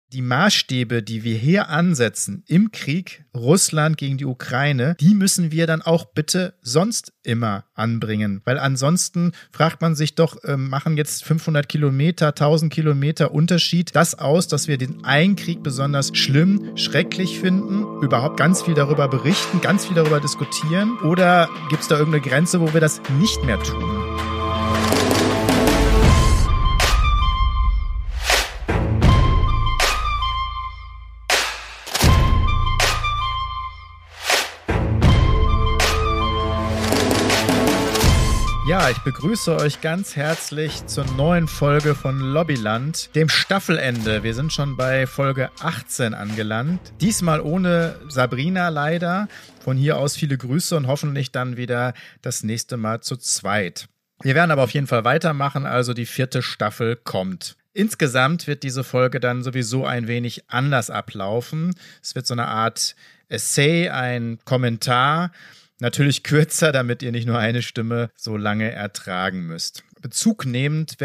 Die Maßstäbe, die wir hier ansetzen im Krieg Russland gegen die Ukraine, die müssen wir dann auch bitte sonst immer anbringen. Weil ansonsten fragt man sich doch, machen jetzt 500 Kilometer, 1000 Kilometer Unterschied das aus, dass wir den einen Krieg besonders schlimm, schrecklich finden, überhaupt ganz viel darüber berichten, ganz viel darüber diskutieren? Oder gibt es da irgendeine Grenze, wo wir das nicht mehr tun? Ja, ich begrüße euch ganz herzlich zur neuen Folge von Lobbyland, dem Staffelende. Wir sind schon bei Folge 18 angelangt. Diesmal ohne Sabrina leider. Von hier aus viele Grüße und hoffentlich dann wieder das nächste Mal zu zweit. Wir werden aber auf jeden Fall weitermachen, also die 4. Staffel kommt. Insgesamt wird diese Folge dann sowieso ein wenig anders ablaufen. Es wird so eine Art Essay, ein Kommentar. Natürlich kürzer, damit ihr nicht nur eine Stimme so lange ertragen müsst. Bezug nehmend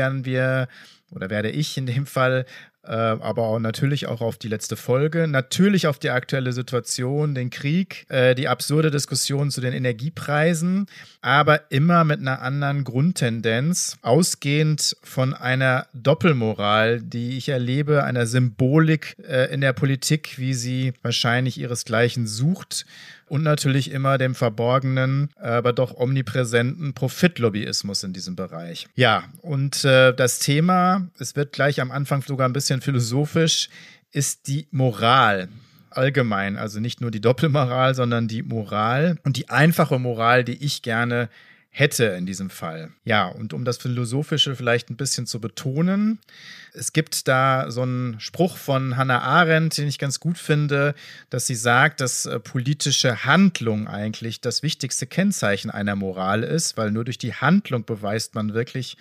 werde ich in dem Fall, aber auch natürlich auch auf die letzte Folge, natürlich auf die aktuelle Situation, den Krieg, die absurde Diskussion zu den Energiepreisen, aber immer mit einer anderen Grundtendenz, ausgehend von einer Doppelmoral, die ich erlebe, einer Symbolik in der Politik, wie sie wahrscheinlich ihresgleichen sucht. Und natürlich immer dem verborgenen, aber doch omnipräsenten Profitlobbyismus in diesem Bereich. Ja, und das Thema, es wird gleich am Anfang sogar ein bisschen philosophisch, ist die Moral. Allgemein, also nicht nur die Doppelmoral, sondern die Moral und die einfache Moral, die ich gerne hätte in diesem Fall. Ja, und um das Philosophische vielleicht ein bisschen zu betonen, es gibt da so einen Spruch von Hannah Arendt, den ich ganz gut finde, dass sie sagt, dass politische Handlung eigentlich das wichtigste Kennzeichen einer Moral ist, weil nur durch die Handlung beweist man wirklich,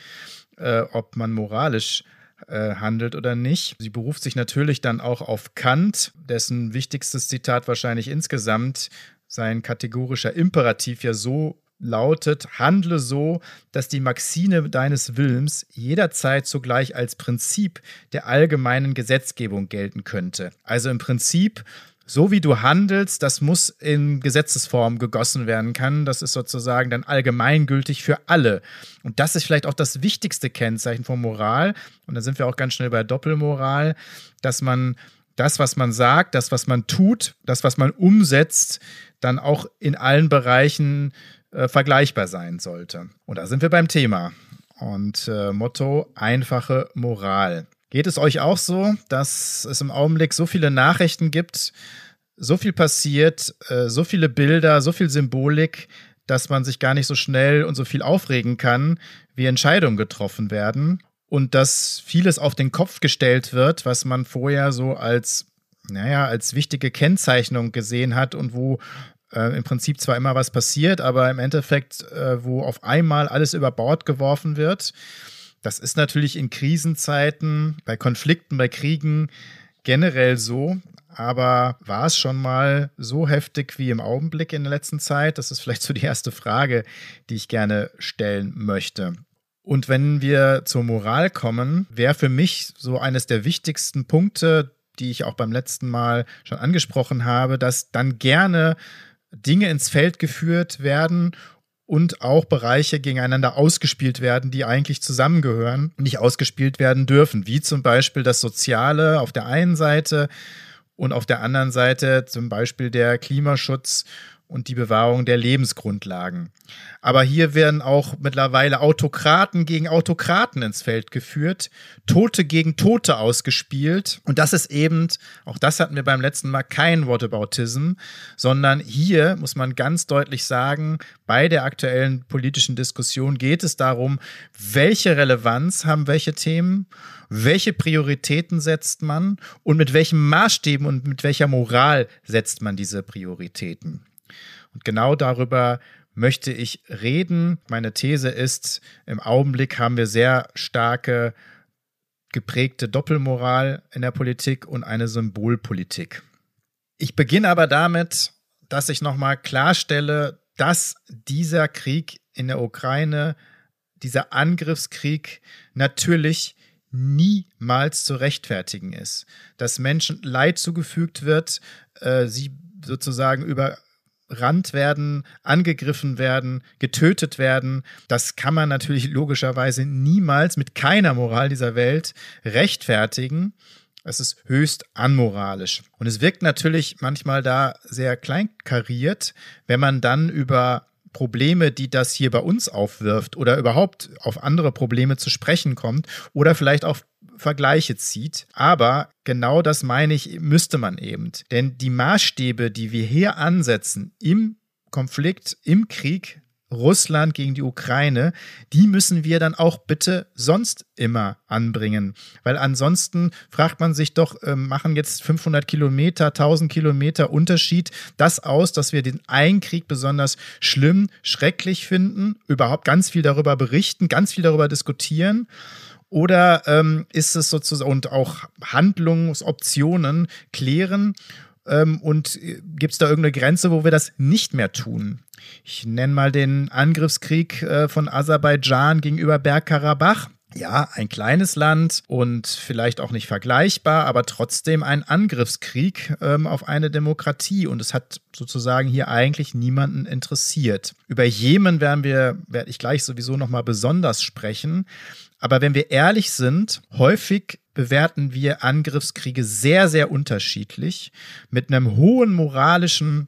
ob man moralisch handelt oder nicht. Sie beruft sich natürlich dann auch auf Kant, dessen wichtigstes Zitat wahrscheinlich insgesamt sein kategorischer Imperativ ja so lautet: Handle so, dass die Maxime deines Willens jederzeit zugleich als Prinzip der allgemeinen Gesetzgebung gelten könnte. Also im Prinzip, so wie du handelst, das muss in Gesetzesform gegossen werden können. Das ist sozusagen dann allgemeingültig für alle. Und das ist vielleicht auch das wichtigste Kennzeichen von Moral. Und da sind wir auch ganz schnell bei Doppelmoral, dass man das, was man sagt, das, was man tut, das, was man umsetzt, dann auch in allen Bereichen vergleichbar sein sollte. Und da sind wir beim Thema. Und Motto: einfache Moral. Geht es euch auch so, dass es im Augenblick so viele Nachrichten gibt, so viel passiert, so viele Bilder, so viel Symbolik, dass man sich gar nicht so schnell und so viel aufregen kann, wie Entscheidungen getroffen werden und dass vieles auf den Kopf gestellt wird, was man vorher so als wichtige Kennzeichnung gesehen hat und wo im Prinzip zwar immer was passiert, aber im Endeffekt, wo auf einmal alles über Bord geworfen wird. Das ist natürlich in Krisenzeiten, bei Konflikten, bei Kriegen generell so. Aber war es schon mal so heftig wie im Augenblick in der letzten Zeit? Das ist vielleicht so die erste Frage, die ich gerne stellen möchte. Und wenn wir zur Moral kommen, wäre für mich so eines der wichtigsten Punkte, die ich auch beim letzten Mal schon angesprochen habe, dass dann gerne Dinge ins Feld geführt werden und auch Bereiche gegeneinander ausgespielt werden, die eigentlich zusammengehören und nicht ausgespielt werden dürfen, wie zum Beispiel das Soziale auf der einen Seite und auf der anderen Seite zum Beispiel der Klimaschutz und die Bewahrung der Lebensgrundlagen. Aber hier werden auch mittlerweile Autokraten gegen Autokraten ins Feld geführt, Tote gegen Tote ausgespielt. Und das ist eben, auch das hatten wir beim letzten Mal, kein Whataboutism, sondern hier muss man ganz deutlich sagen, bei der aktuellen politischen Diskussion geht es darum, welche Relevanz haben welche Themen, welche Prioritäten setzt man und mit welchen Maßstäben und mit welcher Moral setzt man diese Prioritäten. Und genau darüber möchte ich reden. Meine These ist, im Augenblick haben wir sehr starke geprägte Doppelmoral in der Politik und eine Symbolpolitik. Ich beginne aber damit, dass ich nochmal klarstelle, dass dieser Krieg in der Ukraine, dieser Angriffskrieg natürlich niemals zu rechtfertigen ist. Dass Menschen Leid zugefügt wird, sie sozusagen überrannt werden, angegriffen werden, getötet werden, das kann man natürlich logischerweise niemals mit keiner Moral dieser Welt rechtfertigen. Es ist höchst unmoralisch. Und es wirkt natürlich manchmal da sehr kleinkariert, wenn man dann über Probleme, die das hier bei uns aufwirft oder überhaupt auf andere Probleme zu sprechen kommt oder vielleicht auch Vergleiche zieht. Aber genau das meine ich, müsste man eben. Denn die Maßstäbe, die wir hier ansetzen im Konflikt, im Krieg, Russland gegen die Ukraine, die müssen wir dann auch bitte sonst immer anbringen. Weil ansonsten fragt man sich doch, machen jetzt 500 Kilometer, 1000 Kilometer Unterschied das aus, dass wir den einen Krieg besonders schlimm, schrecklich finden, überhaupt ganz viel darüber berichten, ganz viel darüber diskutieren? Oder ist es sozusagen und auch Handlungsoptionen klären? Und gibt es da irgendeine Grenze, wo wir das nicht mehr tun? Ich nenne mal den Angriffskrieg von Aserbaidschan gegenüber Bergkarabach. Ja, ein kleines Land und vielleicht auch nicht vergleichbar, aber trotzdem ein Angriffskrieg auf eine Demokratie. Und es hat sozusagen hier eigentlich niemanden interessiert. Über Jemen werde ich gleich sowieso nochmal besonders sprechen. Aber wenn wir ehrlich sind, häufig bewerten wir Angriffskriege sehr, sehr unterschiedlich mit einer hohen moralischen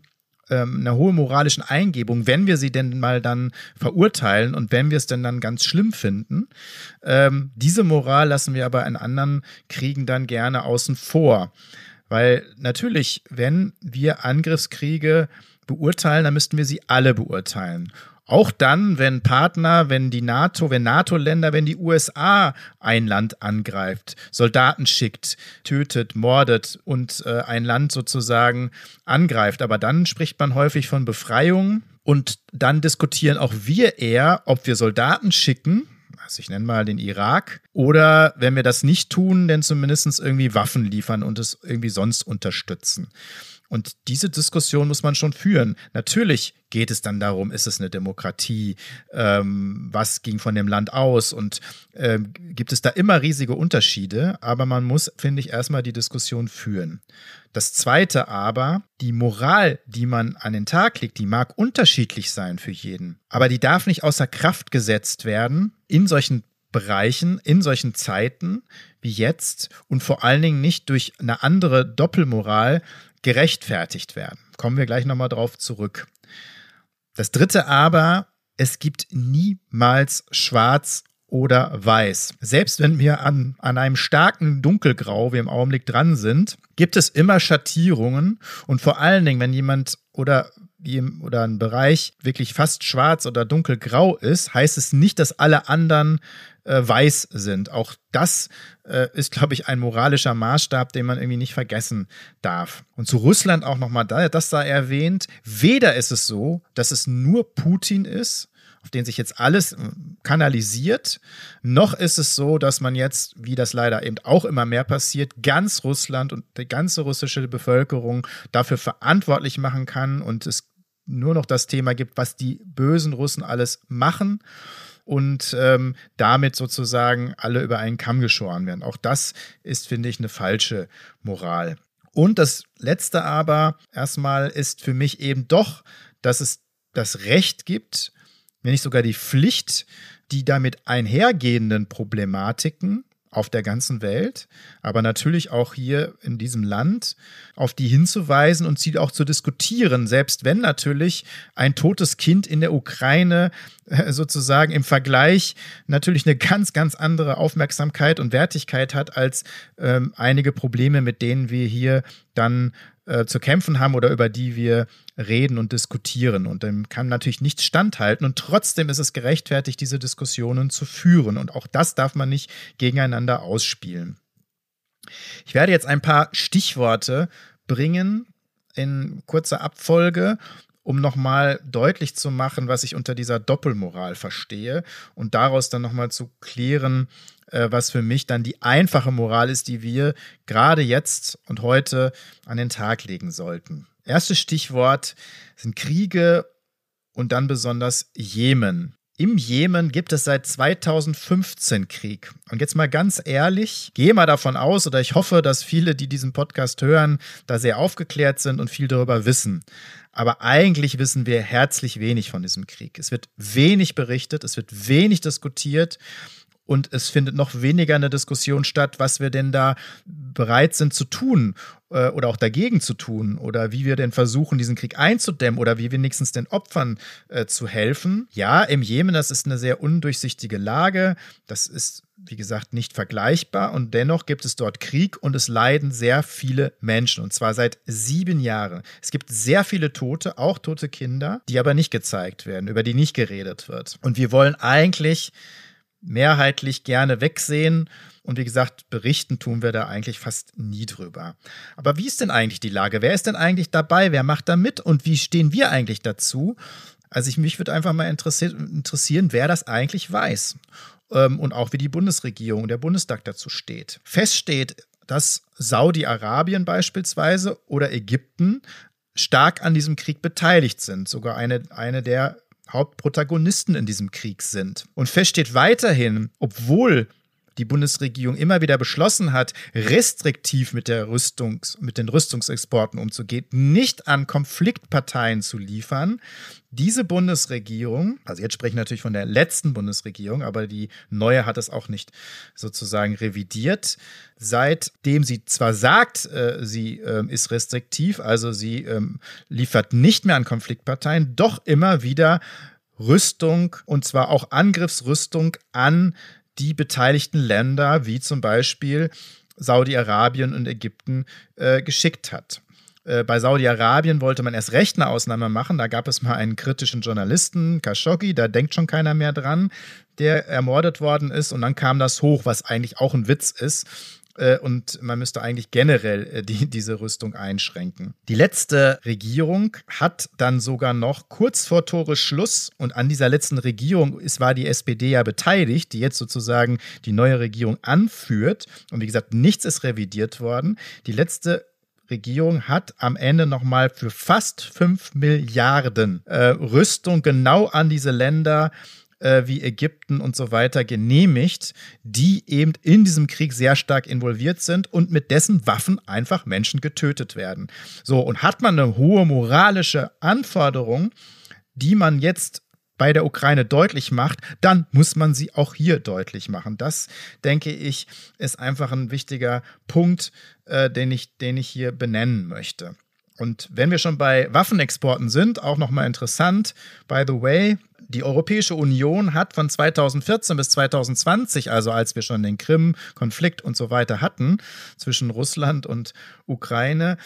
Eingebung, wenn wir sie denn mal dann verurteilen und wenn wir es denn dann ganz schlimm finden. Diese Moral lassen wir aber in anderen Kriegen dann gerne außen vor. Weil natürlich, wenn wir Angriffskriege beurteilen, dann müssten wir sie alle beurteilen. Auch dann, wenn NATO-Länder, wenn die USA ein Land angreift, Soldaten schickt, tötet, mordet und ein Land sozusagen angreift. Aber dann spricht man häufig von Befreiung und dann diskutieren auch wir eher, ob wir Soldaten schicken, also ich nenne mal den Irak, oder wenn wir das nicht tun, dann zumindest irgendwie Waffen liefern und es irgendwie sonst unterstützen. Und diese Diskussion muss man schon führen. Natürlich geht es dann darum, ist es eine Demokratie, was ging von dem Land aus und gibt es da immer riesige Unterschiede, aber man muss, finde ich, erstmal die Diskussion führen. Das Zweite aber, die Moral, die man an den Tag legt, die mag unterschiedlich sein für jeden, aber die darf nicht außer Kraft gesetzt werden in solchen Bereichen, in solchen Zeiten wie jetzt und vor allen Dingen nicht durch eine andere Doppelmoral gerechtfertigt werden. Kommen wir gleich nochmal drauf zurück. Das Dritte aber, es gibt niemals Schwarz oder Weiß. Selbst wenn wir an einem starken Dunkelgrau, wie im Augenblick dran sind, gibt es immer Schattierungen und vor allen Dingen, wenn jemand oder ein Bereich wirklich fast schwarz oder dunkelgrau ist, heißt es nicht, dass alle anderen weiß sind. Auch das ist, glaube ich, ein moralischer Maßstab, den man irgendwie nicht vergessen darf. Und zu Russland auch nochmal, das sei erwähnt, weder ist es so, dass es nur Putin ist, auf den sich jetzt alles kanalisiert, noch ist es so, dass man jetzt, wie das leider eben auch immer mehr passiert, ganz Russland und die ganze russische Bevölkerung dafür verantwortlich machen kann und es nur noch das Thema gibt, was die bösen Russen alles machen und damit sozusagen alle über einen Kamm geschoren werden. Auch das ist, finde ich, eine falsche Moral. Und das Letzte aber erstmal ist für mich eben doch, dass es das Recht gibt, wenn nicht sogar die Pflicht, die damit einhergehenden Problematiken auf der ganzen Welt, aber natürlich auch hier in diesem Land, auf die hinzuweisen und sie auch zu diskutieren, selbst wenn natürlich ein totes Kind in der Ukraine sozusagen im Vergleich natürlich eine ganz, ganz andere Aufmerksamkeit und Wertigkeit hat als einige Probleme, mit denen wir hier dann zu kämpfen haben oder über die wir reden und diskutieren. Und dem kann natürlich nichts standhalten. Und trotzdem ist es gerechtfertigt, diese Diskussionen zu führen. Und auch das darf man nicht gegeneinander ausspielen. Ich werde jetzt ein paar Stichworte bringen in kurzer Abfolge, um nochmal deutlich zu machen, was ich unter dieser Doppelmoral verstehe und daraus dann nochmal zu klären, was für mich dann die einfache Moral ist, die wir gerade jetzt und heute an den Tag legen sollten. Erstes Stichwort sind Kriege und dann besonders Jemen. Im Jemen gibt es seit 2015 Krieg. Und jetzt mal ganz ehrlich, gehe mal davon aus, oder ich hoffe, dass viele, die diesen Podcast hören, da sehr aufgeklärt sind und viel darüber wissen. Aber eigentlich wissen wir herzlich wenig von diesem Krieg. Es wird wenig berichtet, es wird wenig diskutiert. Und es findet noch weniger eine Diskussion statt, was wir denn da bereit sind zu tun oder auch dagegen zu tun oder wie wir denn versuchen, diesen Krieg einzudämmen oder wie wenigstens den Opfern zu helfen. Ja, im Jemen, das ist eine sehr undurchsichtige Lage. Das ist, wie gesagt, nicht vergleichbar. Und dennoch gibt es dort Krieg und es leiden sehr viele Menschen. Und zwar seit 7 Jahren. Es gibt sehr viele Tote, auch tote Kinder, die aber nicht gezeigt werden, über die nicht geredet wird. Und wir wollen eigentlich mehrheitlich gerne wegsehen. Und wie gesagt, berichten tun wir da eigentlich fast nie drüber. Aber wie ist denn eigentlich die Lage? Wer ist denn eigentlich dabei? Wer macht da mit? Und wie stehen wir eigentlich dazu? Also mich würde einfach mal interessieren, wer das eigentlich weiß. Und auch wie die Bundesregierung und der Bundestag dazu steht. Fest steht, dass Saudi-Arabien beispielsweise oder Ägypten stark an diesem Krieg beteiligt sind. Sogar eine der Hauptprotagonisten in diesem Krieg sind. Und fest steht weiterhin, obwohl die Bundesregierung immer wieder beschlossen hat, restriktiv mit den Rüstungsexporten umzugehen, nicht an Konfliktparteien zu liefern. Diese Bundesregierung, also jetzt sprechen wir natürlich von der letzten Bundesregierung, aber die neue hat es auch nicht sozusagen revidiert, seitdem sie zwar sagt, sie ist restriktiv, also sie liefert nicht mehr an Konfliktparteien, doch immer wieder Rüstung und zwar auch Angriffsrüstung an die beteiligten Länder, wie zum Beispiel Saudi-Arabien und Ägypten, geschickt hat. Bei Saudi-Arabien wollte man erst recht eine Ausnahme machen. Da gab es mal einen kritischen Journalisten, Khashoggi, da denkt schon keiner mehr dran, der ermordet worden ist. Und dann kam das hoch, was eigentlich auch ein Witz ist. Und man müsste eigentlich generell diese Rüstung einschränken. Die letzte Regierung hat dann sogar noch kurz vor Toresschluss, und an dieser letzten Regierung war die SPD ja beteiligt, die jetzt sozusagen die neue Regierung anführt. Und wie gesagt, nichts ist revidiert worden. Die letzte Regierung hat am Ende nochmal für fast 5 Milliarden Rüstung genau an diese Länder wie Ägypten und so weiter genehmigt, die eben in diesem Krieg sehr stark involviert sind und mit dessen Waffen einfach Menschen getötet werden. So, und hat man eine hohe moralische Anforderung, die man jetzt bei der Ukraine deutlich macht, dann muss man sie auch hier deutlich machen. Das, denke ich, ist einfach ein wichtiger Punkt, den ich hier benennen möchte. Und wenn wir schon bei Waffenexporten sind, auch nochmal interessant, by the way, die Europäische Union hat von 2014 bis 2020, also als wir schon den Krim-Konflikt und so weiter hatten, zwischen Russland und Ukraine,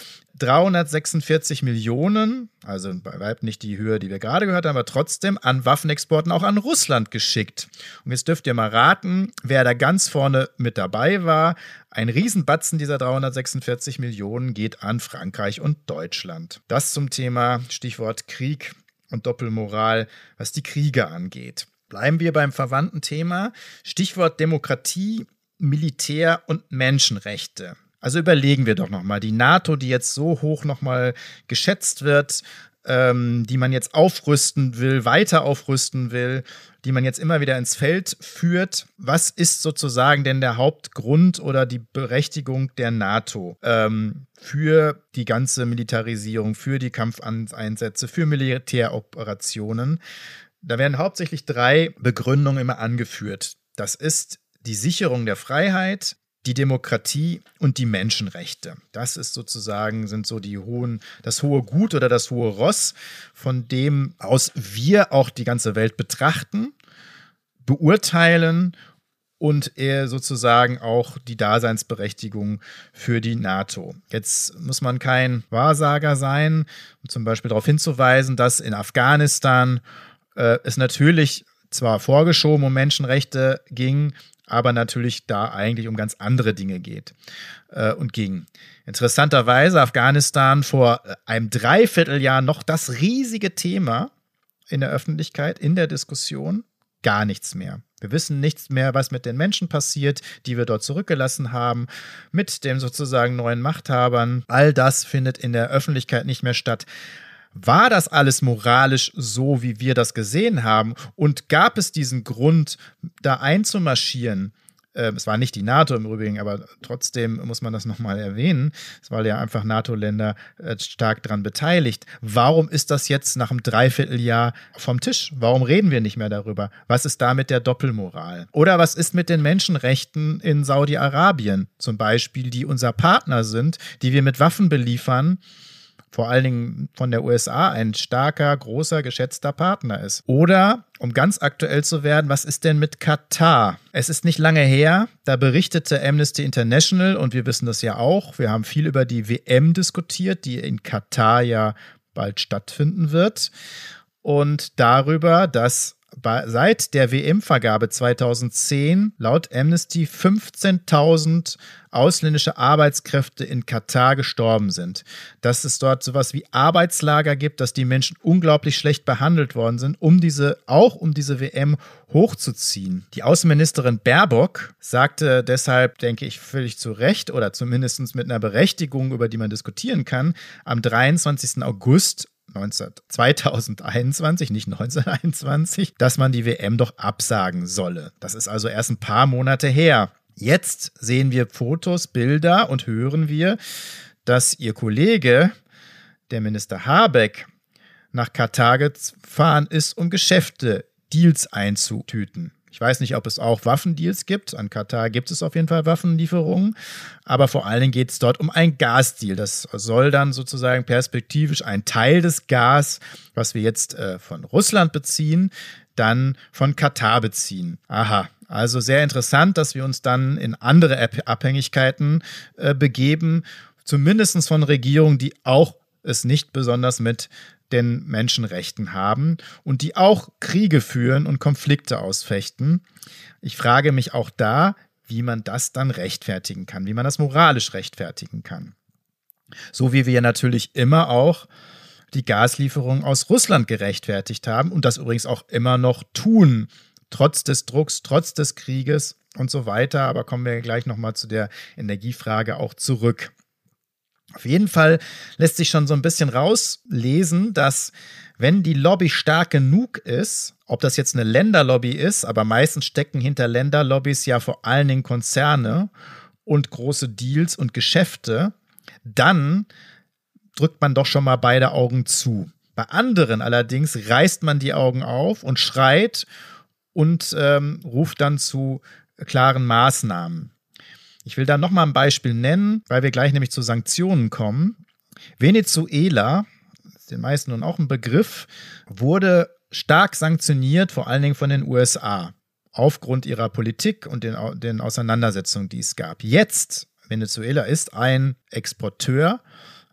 346 Millionen, also bei weitem nicht die Höhe, die wir gerade gehört haben, aber trotzdem an Waffenexporten auch an Russland geschickt. Und jetzt dürft ihr mal raten, wer da ganz vorne mit dabei war. Ein Riesenbatzen dieser 346 Millionen geht an Frankreich und Deutschland. Das zum Thema Stichwort Krieg und Doppelmoral, was die Kriege angeht. Bleiben wir beim verwandten Thema. Stichwort Demokratie, Militär und Menschenrechte. Also überlegen wir doch nochmal, die NATO, die jetzt so hoch nochmal geschätzt wird, die man jetzt aufrüsten will, weiter aufrüsten will, die man jetzt immer wieder ins Feld führt. Was ist sozusagen denn der Hauptgrund oder die Berechtigung der NATO für die ganze Militarisierung, für die Kampfeinsätze, für Militäroperationen? Da werden hauptsächlich 3 Begründungen immer angeführt. Das ist die Sicherung der Freiheit, die Demokratie und die Menschenrechte. Das ist sozusagen, sind so das hohe Gut oder das hohe Ross, von dem aus wir auch die ganze Welt betrachten, beurteilen und sozusagen auch die Daseinsberechtigung für die NATO. Jetzt muss man kein Wahrsager sein, um zum Beispiel darauf hinzuweisen, dass in Afghanistan es natürlich zwar vorgeschoben um Menschenrechte ging, aber natürlich da eigentlich um ganz andere Dinge geht und ging. Interessanterweise Afghanistan vor einem Dreivierteljahr noch das riesige Thema in der Öffentlichkeit, in der Diskussion, gar nichts mehr. Wir wissen nichts mehr, was mit den Menschen passiert, die wir dort zurückgelassen haben, mit den sozusagen neuen Machthabern. All das findet in der Öffentlichkeit nicht mehr statt. War das alles moralisch so, wie wir das gesehen haben? Und gab es diesen Grund, da einzumarschieren? Es war nicht die NATO im Übrigen, aber trotzdem muss man das nochmal erwähnen. Es waren ja einfach NATO-Länder stark daran beteiligt. Warum ist das jetzt nach einem Dreivierteljahr vom Tisch? Warum reden wir nicht mehr darüber? Was ist da mit der Doppelmoral? Oder was ist mit den Menschenrechten in Saudi-Arabien zum Beispiel, die unser Partner sind, die wir mit Waffen beliefern? Vor allen Dingen von der USA ein starker, großer, geschätzter Partner ist. Oder, um ganz aktuell zu werden, was ist denn mit Katar? Es ist nicht lange her, da berichtete Amnesty International, und wir wissen das ja auch, wir haben viel über die WM diskutiert, die in Katar ja bald stattfinden wird, und darüber, dass seit der WM-Vergabe 2010 laut Amnesty 15.000 ausländische Arbeitskräfte in Katar gestorben sind. Dass es dort sowas wie Arbeitslager gibt, dass die Menschen unglaublich schlecht behandelt worden sind, um diese WM hochzuziehen. Die Außenministerin Baerbock sagte deshalb, denke ich, völlig zu Recht oder zumindest mit einer Berechtigung, über die man diskutieren kann, am 23. August 2021, nicht 1921, dass man die WM doch absagen solle. Das ist also erst ein paar Monate her. Jetzt sehen wir Fotos, Bilder und hören wir, dass ihr Kollege, der Minister Habeck, nach Katar gefahren ist, um Deals einzutüten. Ich weiß nicht, ob es auch Waffendeals gibt. An Katar gibt es auf jeden Fall Waffenlieferungen. Aber vor allen Dingen geht es dort um ein Gasdeal. Das soll dann sozusagen perspektivisch ein Teil des Gas, was wir jetzt von Russland beziehen, dann von Katar beziehen. Aha, also sehr interessant, dass wir uns dann in andere Abhängigkeiten begeben. Zumindest von Regierungen, die auch es nicht besonders mit den Menschenrechten haben und die auch Kriege führen und Konflikte ausfechten. Ich frage mich auch da, wie man das dann rechtfertigen kann, wie man das moralisch rechtfertigen kann. So wie wir natürlich immer auch die Gaslieferungen aus Russland gerechtfertigt haben und das übrigens auch immer noch tun, trotz des Drucks, trotz des Krieges und so weiter. Aber kommen wir gleich nochmal zu der Energiefrage auch zurück. Auf jeden Fall lässt sich schon so ein bisschen rauslesen, dass wenn die Lobby stark genug ist, ob das jetzt eine Länderlobby ist, aber meistens stecken hinter Länderlobbys ja vor allen Dingen Konzerne und große Deals und Geschäfte, dann drückt man doch schon mal beide Augen zu. Bei anderen allerdings reißt man die Augen auf und schreit und ruft dann zu klaren Maßnahmen. Ich will da nochmal ein Beispiel nennen, weil wir gleich nämlich zu Sanktionen kommen. Venezuela, ist den meisten nun auch ein Begriff, wurde stark sanktioniert, vor allen Dingen von den USA, aufgrund ihrer Politik und den Auseinandersetzungen, die es gab. Jetzt, Venezuela ist ein Exporteur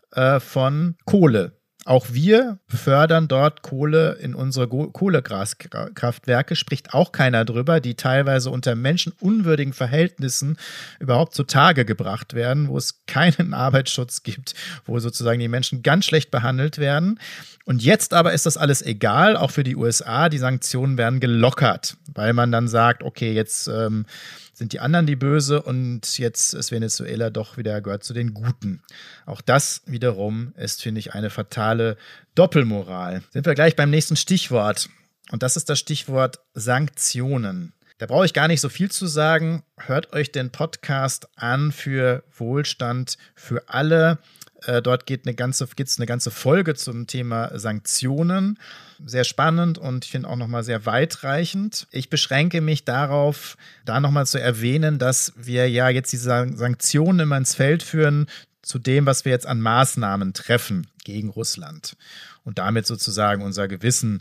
von Kohle. Auch wir befördern dort Kohle in unsere Kohlekraftwerke, spricht auch keiner drüber, die teilweise unter menschenunwürdigen Verhältnissen überhaupt zutage gebracht werden, wo es keinen Arbeitsschutz gibt, wo sozusagen die Menschen ganz schlecht behandelt werden. Und jetzt aber ist das alles egal, auch für die USA, die Sanktionen werden gelockert, weil man dann sagt, okay, jetzt sind die anderen die Böse und jetzt ist Venezuela doch wieder, gehört zu den Guten. Auch das wiederum ist, finde ich, eine fatale Doppelmoral. Sind wir gleich beim nächsten Stichwort. Und das ist das Stichwort Sanktionen. Da brauche ich gar nicht so viel zu sagen. Hört euch den Podcast an für Wohlstand für alle. Dort gibt's eine ganze Folge zum Thema Sanktionen. Sehr spannend und ich finde auch nochmal sehr weitreichend. Ich beschränke mich darauf, da nochmal zu erwähnen, dass wir ja jetzt diese Sanktionen immer ins Feld führen zu dem, was wir jetzt an Maßnahmen treffen gegen Russland und damit sozusagen unser Gewissen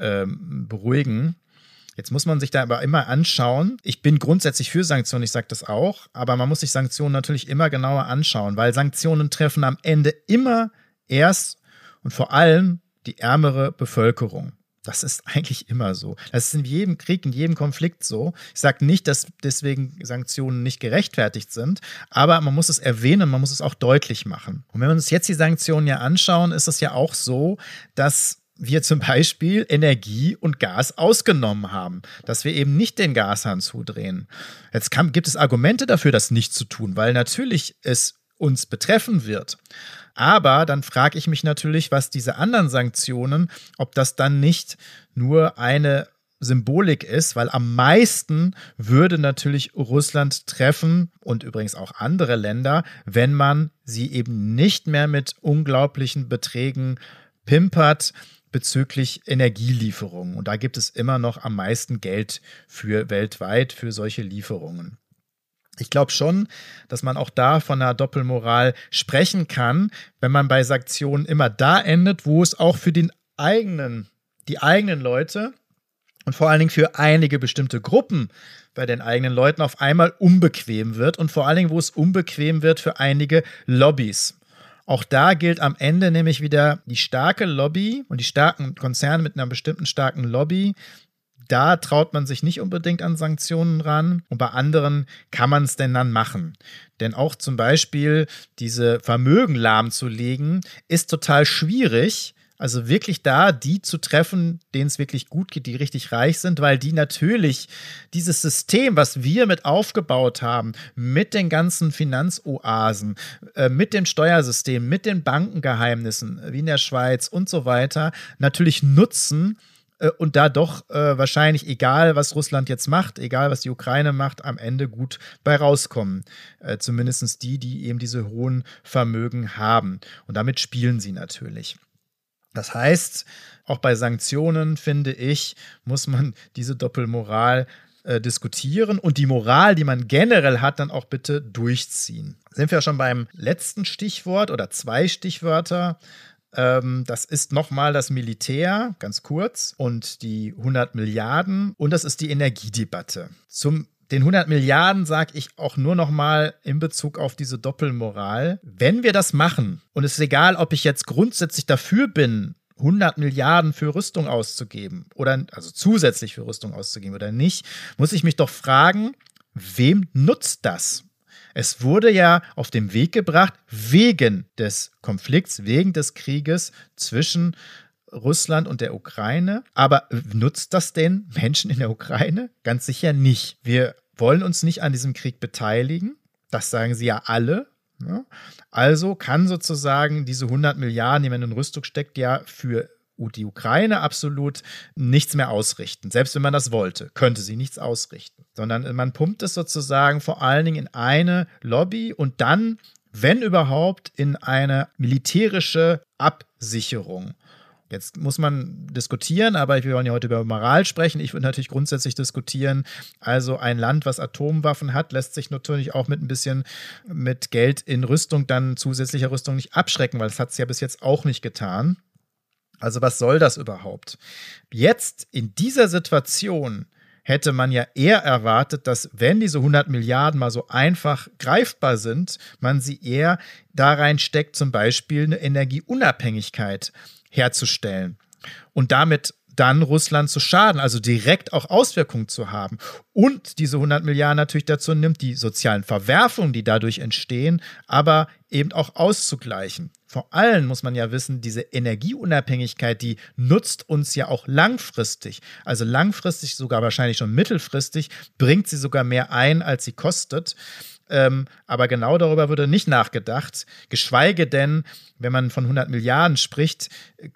beruhigen. Jetzt muss man sich da aber immer anschauen. Ich bin grundsätzlich für Sanktionen, ich sage das auch, aber man muss sich Sanktionen natürlich immer genauer anschauen, weil Sanktionen treffen am Ende immer erst und vor allem die ärmere Bevölkerung. Das ist eigentlich immer so. Das ist in jedem Krieg, in jedem Konflikt so. Ich sage nicht, dass deswegen Sanktionen nicht gerechtfertigt sind, aber man muss es erwähnen, man muss es auch deutlich machen. Und wenn wir uns jetzt die Sanktionen ja anschauen, ist es ja auch so, dass wir zum Beispiel Energie und Gas ausgenommen haben, dass wir eben nicht den Gashahn zudrehen. Jetzt gibt es Argumente dafür, das nicht zu tun, weil natürlich es uns betreffen wird. Aber dann frage ich mich natürlich, was diese anderen Sanktionen, ob das dann nicht nur eine Symbolik ist, weil am meisten würde natürlich Russland treffen und übrigens auch andere Länder, wenn man sie eben nicht mehr mit unglaublichen Beträgen pimpert bezüglich Energielieferungen. Und da gibt es immer noch am meisten Geld für weltweit für solche Lieferungen. Ich glaube schon, dass man auch da von einer Doppelmoral sprechen kann, wenn man bei Sanktionen immer da endet, wo es auch für die eigenen Leute und vor allen Dingen für einige bestimmte Gruppen bei den eigenen Leuten auf einmal unbequem wird und vor allen Dingen, wo es unbequem wird für einige Lobbys. Auch da gilt am Ende nämlich wieder die starke Lobby und die starken Konzerne mit einer bestimmten starken Lobby. Da traut man sich nicht unbedingt an Sanktionen ran und bei anderen kann man es denn dann machen. Denn auch zum Beispiel diese Vermögen lahmzulegen ist total schwierig. Also wirklich da die zu treffen, denen es wirklich gut geht, die richtig reich sind, weil die natürlich dieses System, was wir mit aufgebaut haben, mit den ganzen Finanzoasen, mit dem Steuersystem, mit den Bankengeheimnissen, wie in der Schweiz und so weiter, natürlich nutzen und da doch wahrscheinlich, egal was Russland jetzt macht, egal was die Ukraine macht, am Ende gut bei rauskommen. Zumindest die eben diese hohen Vermögen haben. Und damit spielen sie natürlich. Das heißt, auch bei Sanktionen, finde ich, muss man diese Doppelmoral diskutieren und die Moral, die man generell hat, dann auch bitte durchziehen. Sind wir schon beim letzten Stichwort oder 2 Stichwörter. Das ist nochmal das Militär, ganz kurz, und die 100 Milliarden und das ist die Energiedebatte. Den 100 Milliarden sage ich auch nur noch mal in Bezug auf diese Doppelmoral. Wenn wir das machen, und es ist egal, ob ich jetzt grundsätzlich dafür bin, 100 Milliarden für Rüstung auszugeben oder also zusätzlich für Rüstung auszugeben oder nicht, muss ich mich doch fragen, wem nutzt das? Es wurde ja auf den Weg gebracht wegen des Konflikts, wegen des Krieges zwischen Russland und der Ukraine. Aber nutzt das den Menschen in der Ukraine? Ganz sicher nicht. Wir wollen uns nicht an diesem Krieg beteiligen. Das sagen sie ja alle. Ja? Also kann sozusagen diese 100 Milliarden, die man in Rüstung steckt, ja für die Ukraine absolut nichts mehr ausrichten. Selbst wenn man das wollte, könnte sie nichts ausrichten. Sondern man pumpt es sozusagen vor allen Dingen in eine Lobby und dann, wenn überhaupt, in eine militärische Absicherung. Jetzt muss man diskutieren, aber wir wollen ja heute über Moral sprechen. Ich würde natürlich grundsätzlich diskutieren, also ein Land, was Atomwaffen hat, lässt sich natürlich auch mit ein bisschen mit Geld in Rüstung, dann zusätzlicher Rüstung nicht abschrecken, weil das hat es ja bis jetzt auch nicht getan. Also was soll das überhaupt? Jetzt in dieser Situation hätte man ja eher erwartet, dass wenn diese 100 Milliarden mal so einfach greifbar sind, man sie eher da reinsteckt, zum Beispiel eine Energieunabhängigkeit herzustellen und damit dann Russland zu schaden, also direkt auch Auswirkungen zu haben. Und diese 100 Milliarden natürlich dazu nimmt, die sozialen Verwerfungen, die dadurch entstehen, aber eben auch auszugleichen. Vor allem muss man ja wissen, diese Energieunabhängigkeit, die nutzt uns ja auch langfristig. Also langfristig, sogar wahrscheinlich schon mittelfristig, bringt sie sogar mehr ein, als sie kostet. Aber genau darüber wurde nicht nachgedacht. Geschweige denn, wenn man von 100 Milliarden spricht,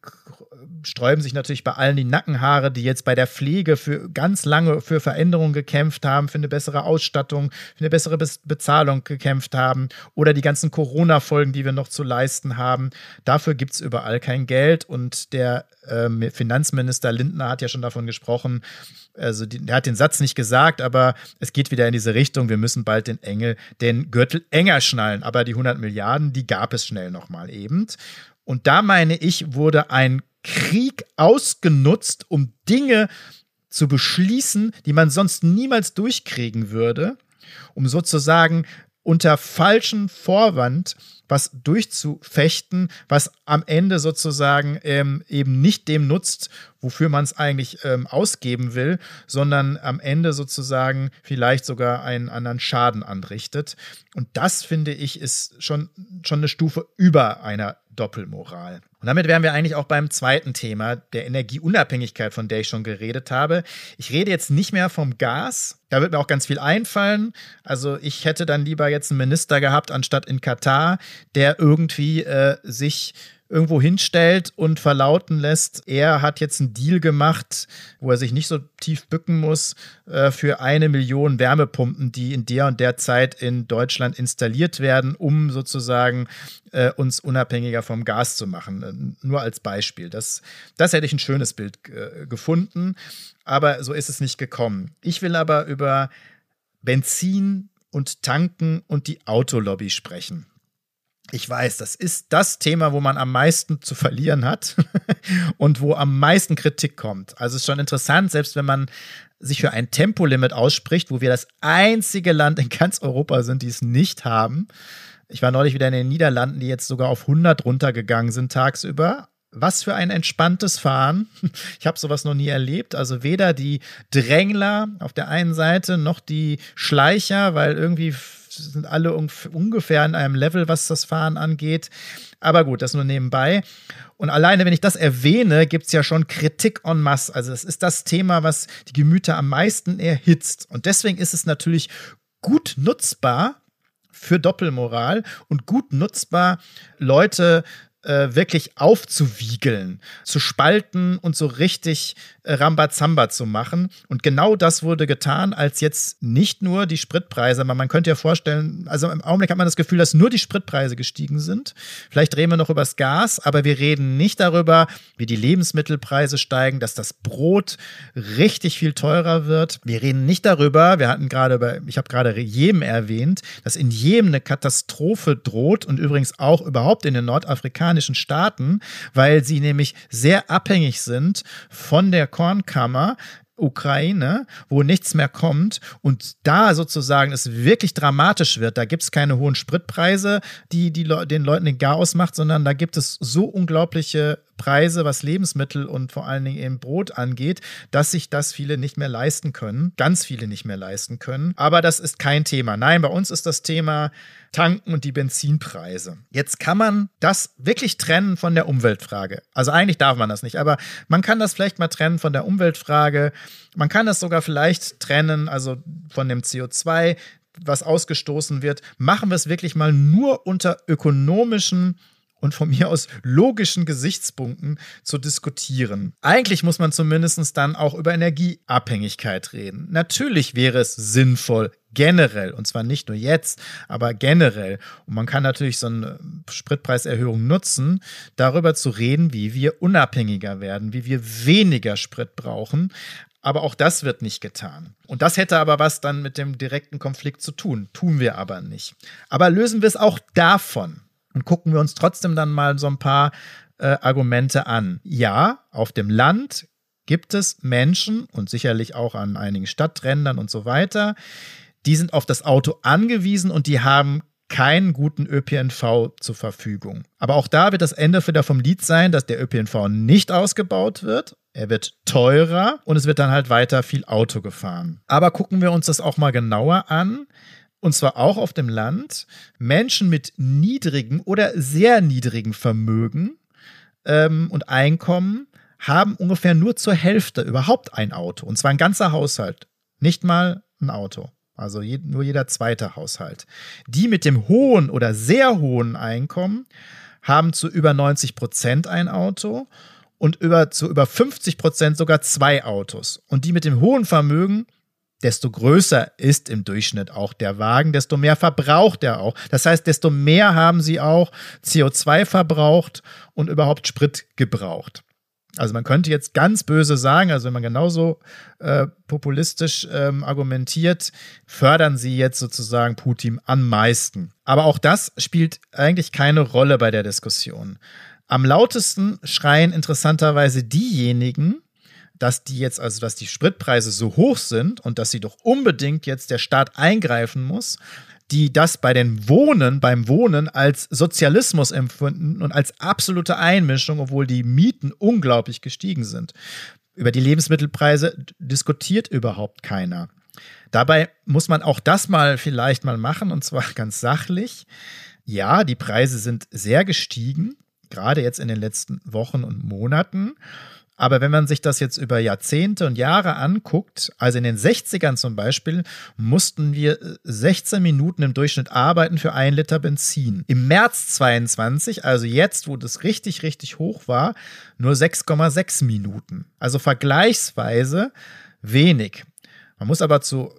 sträuben sich natürlich bei allen die Nackenhaare, die jetzt bei der Pflege für ganz lange für Veränderungen gekämpft haben, für eine bessere Ausstattung, für eine bessere Bezahlung gekämpft haben oder die ganzen Corona-Folgen, die wir noch zu leisten haben. Dafür gibt es überall kein Geld und der Finanzminister Lindner hat ja schon davon gesprochen, also er hat den Satz nicht gesagt, aber es geht wieder in diese Richtung, wir müssen bald den Gürtel enger schnallen, aber die 100 Milliarden, die gab es schnell nochmal eben. Und da meine ich, wurde ein Krieg ausgenutzt, um Dinge zu beschließen, die man sonst niemals durchkriegen würde, um sozusagen unter falschem Vorwand was durchzufechten, was am Ende sozusagen eben nicht dem nutzt, wofür man es eigentlich ausgeben will, sondern am Ende sozusagen vielleicht sogar einen anderen Schaden anrichtet. Und das, finde ich, ist schon eine Stufe über einer Doppelmoral. Und damit wären wir eigentlich auch beim zweiten Thema, der Energieunabhängigkeit, von der ich schon geredet habe. Ich rede jetzt nicht mehr vom Gas, Da wird mir auch ganz viel einfallen. Also ich hätte dann lieber jetzt einen Minister gehabt, anstatt in Katar, der irgendwie sich irgendwo hinstellt und verlauten lässt, er hat jetzt einen Deal gemacht, wo er sich nicht so tief bücken muss, für 1 Million Wärmepumpen, die in der und der Zeit in Deutschland installiert werden, um sozusagen uns unabhängiger vom Gas zu machen. Nur als Beispiel. Das hätte ich ein schönes Bild gefunden, aber so ist es nicht gekommen. Ich will aber über Benzin und Tanken und die Autolobby sprechen. Ich weiß, das ist das Thema, wo man am meisten zu verlieren hat und wo am meisten Kritik kommt. Also es ist schon interessant, selbst wenn man sich für ein Tempolimit ausspricht, wo wir das einzige Land in ganz Europa sind, die es nicht haben. Ich war neulich wieder in den Niederlanden, die jetzt sogar auf 100 runtergegangen sind tagsüber. Was für ein entspanntes Fahren. Ich habe sowas noch nie erlebt. Also weder die Drängler auf der einen Seite noch die Schleicher, weil irgendwie sind alle ungefähr in einem Level, was das Fahren angeht. Aber gut, das nur nebenbei. Und alleine, wenn ich das erwähne, gibt es ja schon Kritik en masse. Also es ist das Thema, was die Gemüter am meisten erhitzt. Und deswegen ist es natürlich gut nutzbar für Doppelmoral und gut nutzbar, Leute wirklich aufzuwiegeln, zu spalten und so richtig Rambazamba zu machen. Und genau das wurde getan, als jetzt nicht nur die Spritpreise, man könnte ja vorstellen, also im Augenblick hat man das Gefühl, dass nur die Spritpreise gestiegen sind. Vielleicht reden wir noch über das Gas, aber wir reden nicht darüber, wie die Lebensmittelpreise steigen, dass das Brot richtig viel teurer wird. Wir reden nicht darüber, ich habe gerade Jemen erwähnt, dass in Jemen eine Katastrophe droht und übrigens auch überhaupt in den nordafrikanischen Staaten, weil sie nämlich sehr abhängig sind von der Kornkammer Ukraine, wo nichts mehr kommt und da sozusagen es wirklich dramatisch wird. Da gibt es keine hohen Spritpreise, die den Leuten den Garaus macht, sondern da gibt es so unglaubliche Preise, was Lebensmittel und vor allen Dingen eben Brot angeht, dass sich das viele nicht mehr leisten können. Ganz viele nicht mehr leisten können. Aber das ist kein Thema. Nein, bei uns ist das Thema Tanken und die Benzinpreise. Jetzt kann man das wirklich trennen von der Umweltfrage. Also eigentlich darf man das nicht, aber man kann das vielleicht mal trennen von der Umweltfrage. Man kann das sogar vielleicht trennen, also von dem CO2, was ausgestoßen wird. Machen wir es wirklich mal nur unter ökonomischen und von mir aus logischen Gesichtspunkten zu diskutieren. Eigentlich muss man zumindest dann auch über Energieabhängigkeit reden. Natürlich wäre es sinnvoll, generell, und zwar nicht nur jetzt, aber generell, und man kann natürlich so eine Spritpreiserhöhung nutzen, darüber zu reden, wie wir unabhängiger werden, wie wir weniger Sprit brauchen. Aber auch das wird nicht getan. Und das hätte aber was dann mit dem direkten Konflikt zu tun. Tun wir aber nicht. Aber lösen wir es auch davon. Und gucken wir uns trotzdem dann mal so ein paar Argumente an. Ja, auf dem Land gibt es Menschen und sicherlich auch an einigen Stadträndern und so weiter, die sind auf das Auto angewiesen und die haben keinen guten ÖPNV zur Verfügung. Aber auch da wird das Ende wieder vom Lied sein, dass der ÖPNV nicht ausgebaut wird. Er wird teurer und es wird dann halt weiter viel Auto gefahren. Aber gucken wir uns das auch mal genauer an. Und zwar auch auf dem Land. Menschen mit niedrigen oder sehr niedrigen Vermögen und Einkommen haben ungefähr nur zur Hälfte überhaupt ein Auto. Und zwar ein ganzer Haushalt. Nicht mal ein Auto. Also nur jeder zweite Haushalt. Die mit dem hohen oder sehr hohen Einkommen haben zu über 90% ein Auto und zu über 50% sogar 2 Autos. Und die mit dem hohen Vermögen, desto größer ist im Durchschnitt auch der Wagen, desto mehr verbraucht er auch. Das heißt, desto mehr haben sie auch CO2 verbraucht und überhaupt Sprit gebraucht. Also man könnte jetzt ganz böse sagen, also wenn man genauso populistisch argumentiert, fördern sie jetzt sozusagen Putin am meisten. Aber auch das spielt eigentlich keine Rolle bei der Diskussion. Am lautesten schreien interessanterweise diejenigen, dass die Spritpreise so hoch sind und dass sie doch unbedingt jetzt der Staat eingreifen muss, die das beim Wohnen als Sozialismus empfinden und als absolute Einmischung, obwohl die Mieten unglaublich gestiegen sind. Über die Lebensmittelpreise diskutiert überhaupt keiner. Dabei muss man auch das vielleicht mal machen, und zwar ganz sachlich. Ja, die Preise sind sehr gestiegen, gerade jetzt in den letzten Wochen und Monaten. Aber wenn man sich das jetzt über Jahrzehnte und Jahre anguckt, also in den 60ern zum Beispiel, mussten wir 16 Minuten im Durchschnitt arbeiten für 1 Liter Benzin. Im März 22, also jetzt, wo das richtig, richtig hoch war, nur 6,6 Minuten. Also vergleichsweise wenig. Man muss aber zu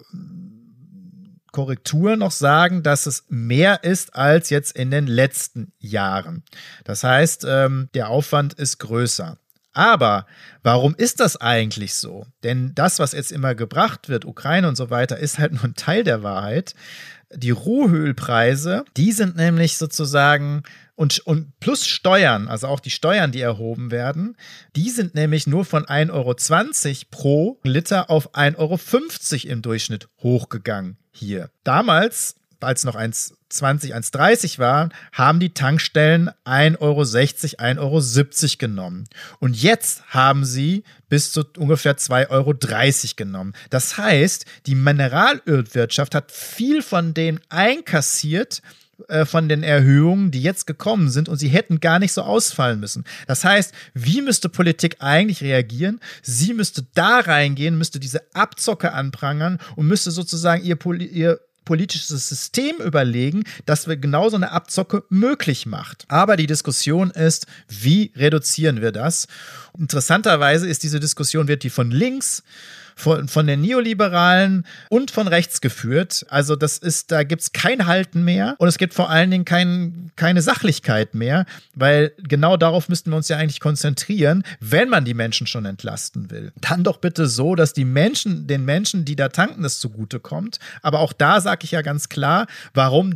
Korrektur noch sagen, dass es mehr ist als jetzt in den letzten Jahren. Das heißt, der Aufwand ist größer. Aber warum ist das eigentlich so? Denn das, was jetzt immer gebracht wird, Ukraine und so weiter, ist halt nur ein Teil der Wahrheit. Die Rohölpreise, die sind nämlich sozusagen und plus Steuern, also auch die Steuern, die erhoben werden, die sind nämlich nur von 1,20 € pro Liter auf 1,50 € im Durchschnitt hochgegangen hier. Damals, als noch 1,20, 1,30 waren, haben die Tankstellen 1,60 €, 1,70 € genommen. Und jetzt haben sie bis zu ungefähr 2,30 € genommen. Das heißt, die Mineralölwirtschaft hat viel von denen einkassiert, von den Erhöhungen, die jetzt gekommen sind, und sie hätten gar nicht so ausfallen müssen. Das heißt, wie müsste Politik eigentlich reagieren? Sie müsste da reingehen, müsste diese Abzocke anprangern und müsste sozusagen ihr politisches System überlegen, das wir genau so eine Abzocke möglich macht. Aber die Diskussion ist, wie reduzieren wir das? Interessanterweise ist diese Diskussion, wird die von links, von den Neoliberalen und von rechts geführt. Also da gibt es kein Halten mehr und es gibt vor allen Dingen keine Sachlichkeit mehr, weil genau darauf müssten wir uns ja eigentlich konzentrieren, wenn man die Menschen schon entlasten will. Dann doch bitte so, dass den Menschen, die da tanken, das zugutekommt. Aber auch da sage ich ja ganz klar, warum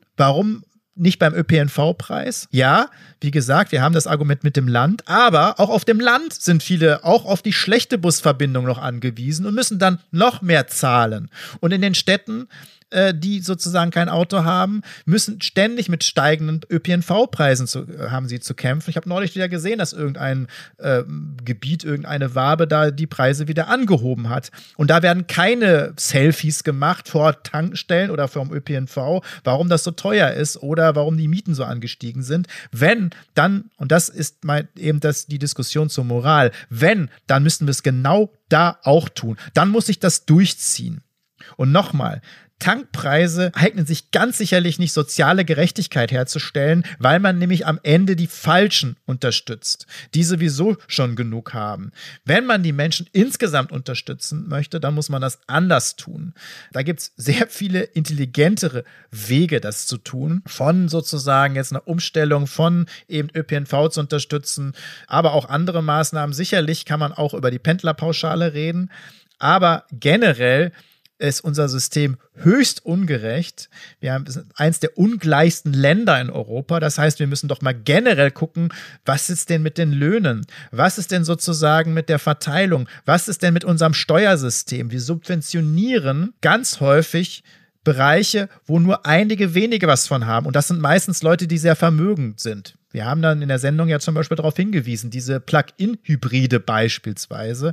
nicht beim ÖPNV-Preis? Ja, wie gesagt, wir haben das Argument mit dem Land, aber auch auf dem Land sind viele auch auf die schlechte Busverbindung noch angewiesen und müssen dann noch mehr zahlen. Und in den Städten, die sozusagen kein Auto haben, müssen ständig mit steigenden ÖPNV-Preisen haben sie zu kämpfen. Ich habe neulich wieder gesehen, dass irgendein Gebiet, irgendeine Wabe da die Preise wieder angehoben hat. Und da werden keine Selfies gemacht vor Tankstellen oder vor dem ÖPNV, warum das so teuer ist oder warum die Mieten so angestiegen sind. Wenn, dann, und das ist die Diskussion zur Moral, dann müssen wir es genau da auch tun. Dann muss ich das durchziehen. Und nochmal, Tankpreise eignen sich ganz sicherlich nicht, soziale Gerechtigkeit herzustellen, weil man nämlich am Ende die Falschen unterstützt, die sowieso schon genug haben. Wenn man die Menschen insgesamt unterstützen möchte, dann muss man das anders tun. Da gibt es sehr viele intelligentere Wege, das zu tun, von sozusagen jetzt einer Umstellung von eben ÖPNV zu unterstützen, aber auch andere Maßnahmen. Sicherlich kann man auch über die Pendlerpauschale reden, aber generell ist unser System höchst ungerecht. Wir sind eins der ungleichsten Länder in Europa. Das heißt, wir müssen doch mal generell gucken, was ist denn mit den Löhnen? Was ist denn sozusagen mit der Verteilung? Was ist denn mit unserem Steuersystem? Wir subventionieren ganz häufig Bereiche, wo nur einige wenige was von haben. Und das sind meistens Leute, die sehr vermögend sind. Wir haben dann in der Sendung ja zum Beispiel darauf hingewiesen, diese Plug-in-Hybride beispielsweise,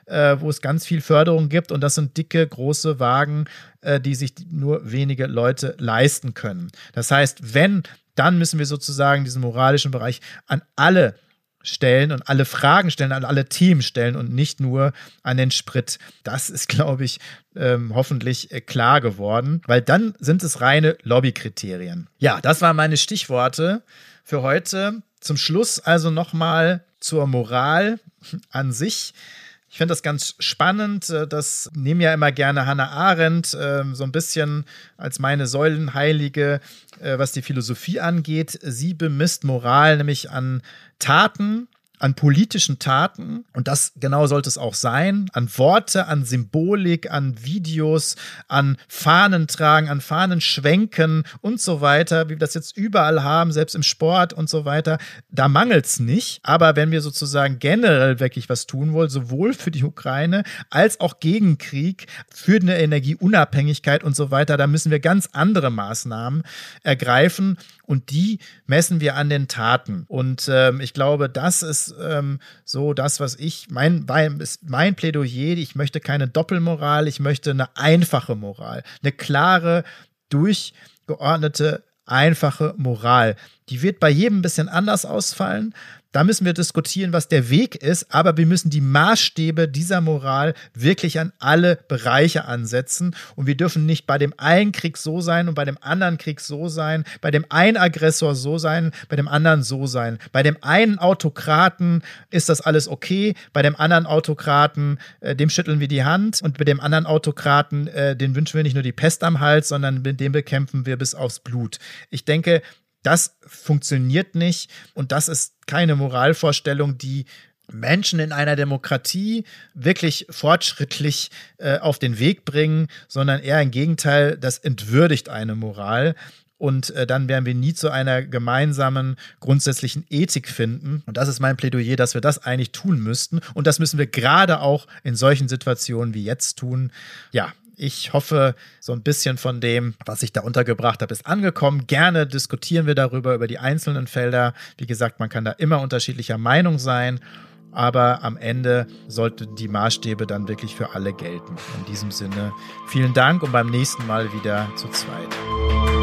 wo es ganz viel Förderung gibt, und das sind dicke, große Wagen, die sich nur wenige Leute leisten können. Das heißt, dann müssen wir sozusagen diesen moralischen Bereich an alle stellen und alle Fragen stellen, an alle Themen stellen und nicht nur an den Sprit. Das ist, glaube ich, hoffentlich klar geworden, weil dann sind es reine Lobbykriterien. Ja, das waren meine Stichworte für heute. Zum Schluss also nochmal zur Moral an sich. Ich finde das ganz spannend. Das nehme ja immer gerne Hannah Arendt so ein bisschen als meine Säulenheilige, was die Philosophie angeht. Sie bemisst Moral nämlich an Taten, an politischen Taten, und das genau sollte es auch sein, an Worte, an Symbolik, an Videos, an Fahnentragen, an Fahnenschwenken und so weiter, wie wir das jetzt überall haben, selbst im Sport und so weiter. Da mangelt es nicht, aber wenn wir sozusagen generell wirklich was tun wollen, sowohl für die Ukraine als auch gegen Krieg, für eine Energieunabhängigkeit und so weiter, da müssen wir ganz andere Maßnahmen ergreifen, und die messen wir an den Taten. Und ich glaube, das ist so das, was mein Plädoyer. Ich möchte keine Doppelmoral, ich möchte eine einfache Moral, eine klare, durchgeordnete, einfache Moral. Die wird bei jedem ein bisschen anders ausfallen. Da müssen wir diskutieren, was der Weg ist, aber wir müssen die Maßstäbe dieser Moral wirklich an alle Bereiche ansetzen und wir dürfen nicht bei dem einen Krieg so sein und bei dem anderen Krieg so sein, bei dem einen Aggressor so sein, bei dem anderen so sein. Bei dem einen Autokraten ist das alles okay, bei dem anderen Autokraten, dem schütteln wir die Hand und bei dem anderen Autokraten, den wünschen wir nicht nur die Pest am Hals, sondern den bekämpfen wir bis aufs Blut. Ich denke, das funktioniert nicht und das ist keine Moralvorstellung, die Menschen in einer Demokratie wirklich fortschrittlich auf den Weg bringen, sondern eher im Gegenteil, das entwürdigt eine Moral. Und dann werden wir nie zu einer gemeinsamen, grundsätzlichen Ethik finden. Und das ist mein Plädoyer, dass wir das eigentlich tun müssten. Und das müssen wir gerade auch in solchen Situationen wie jetzt tun. Ja, ich hoffe, so ein bisschen von dem, was ich da untergebracht habe, ist angekommen. Gerne diskutieren wir darüber, über die einzelnen Felder. Wie gesagt, man kann da immer unterschiedlicher Meinung sein. Aber am Ende sollten die Maßstäbe dann wirklich für alle gelten. In diesem Sinne, vielen Dank und beim nächsten Mal wieder zu zweit.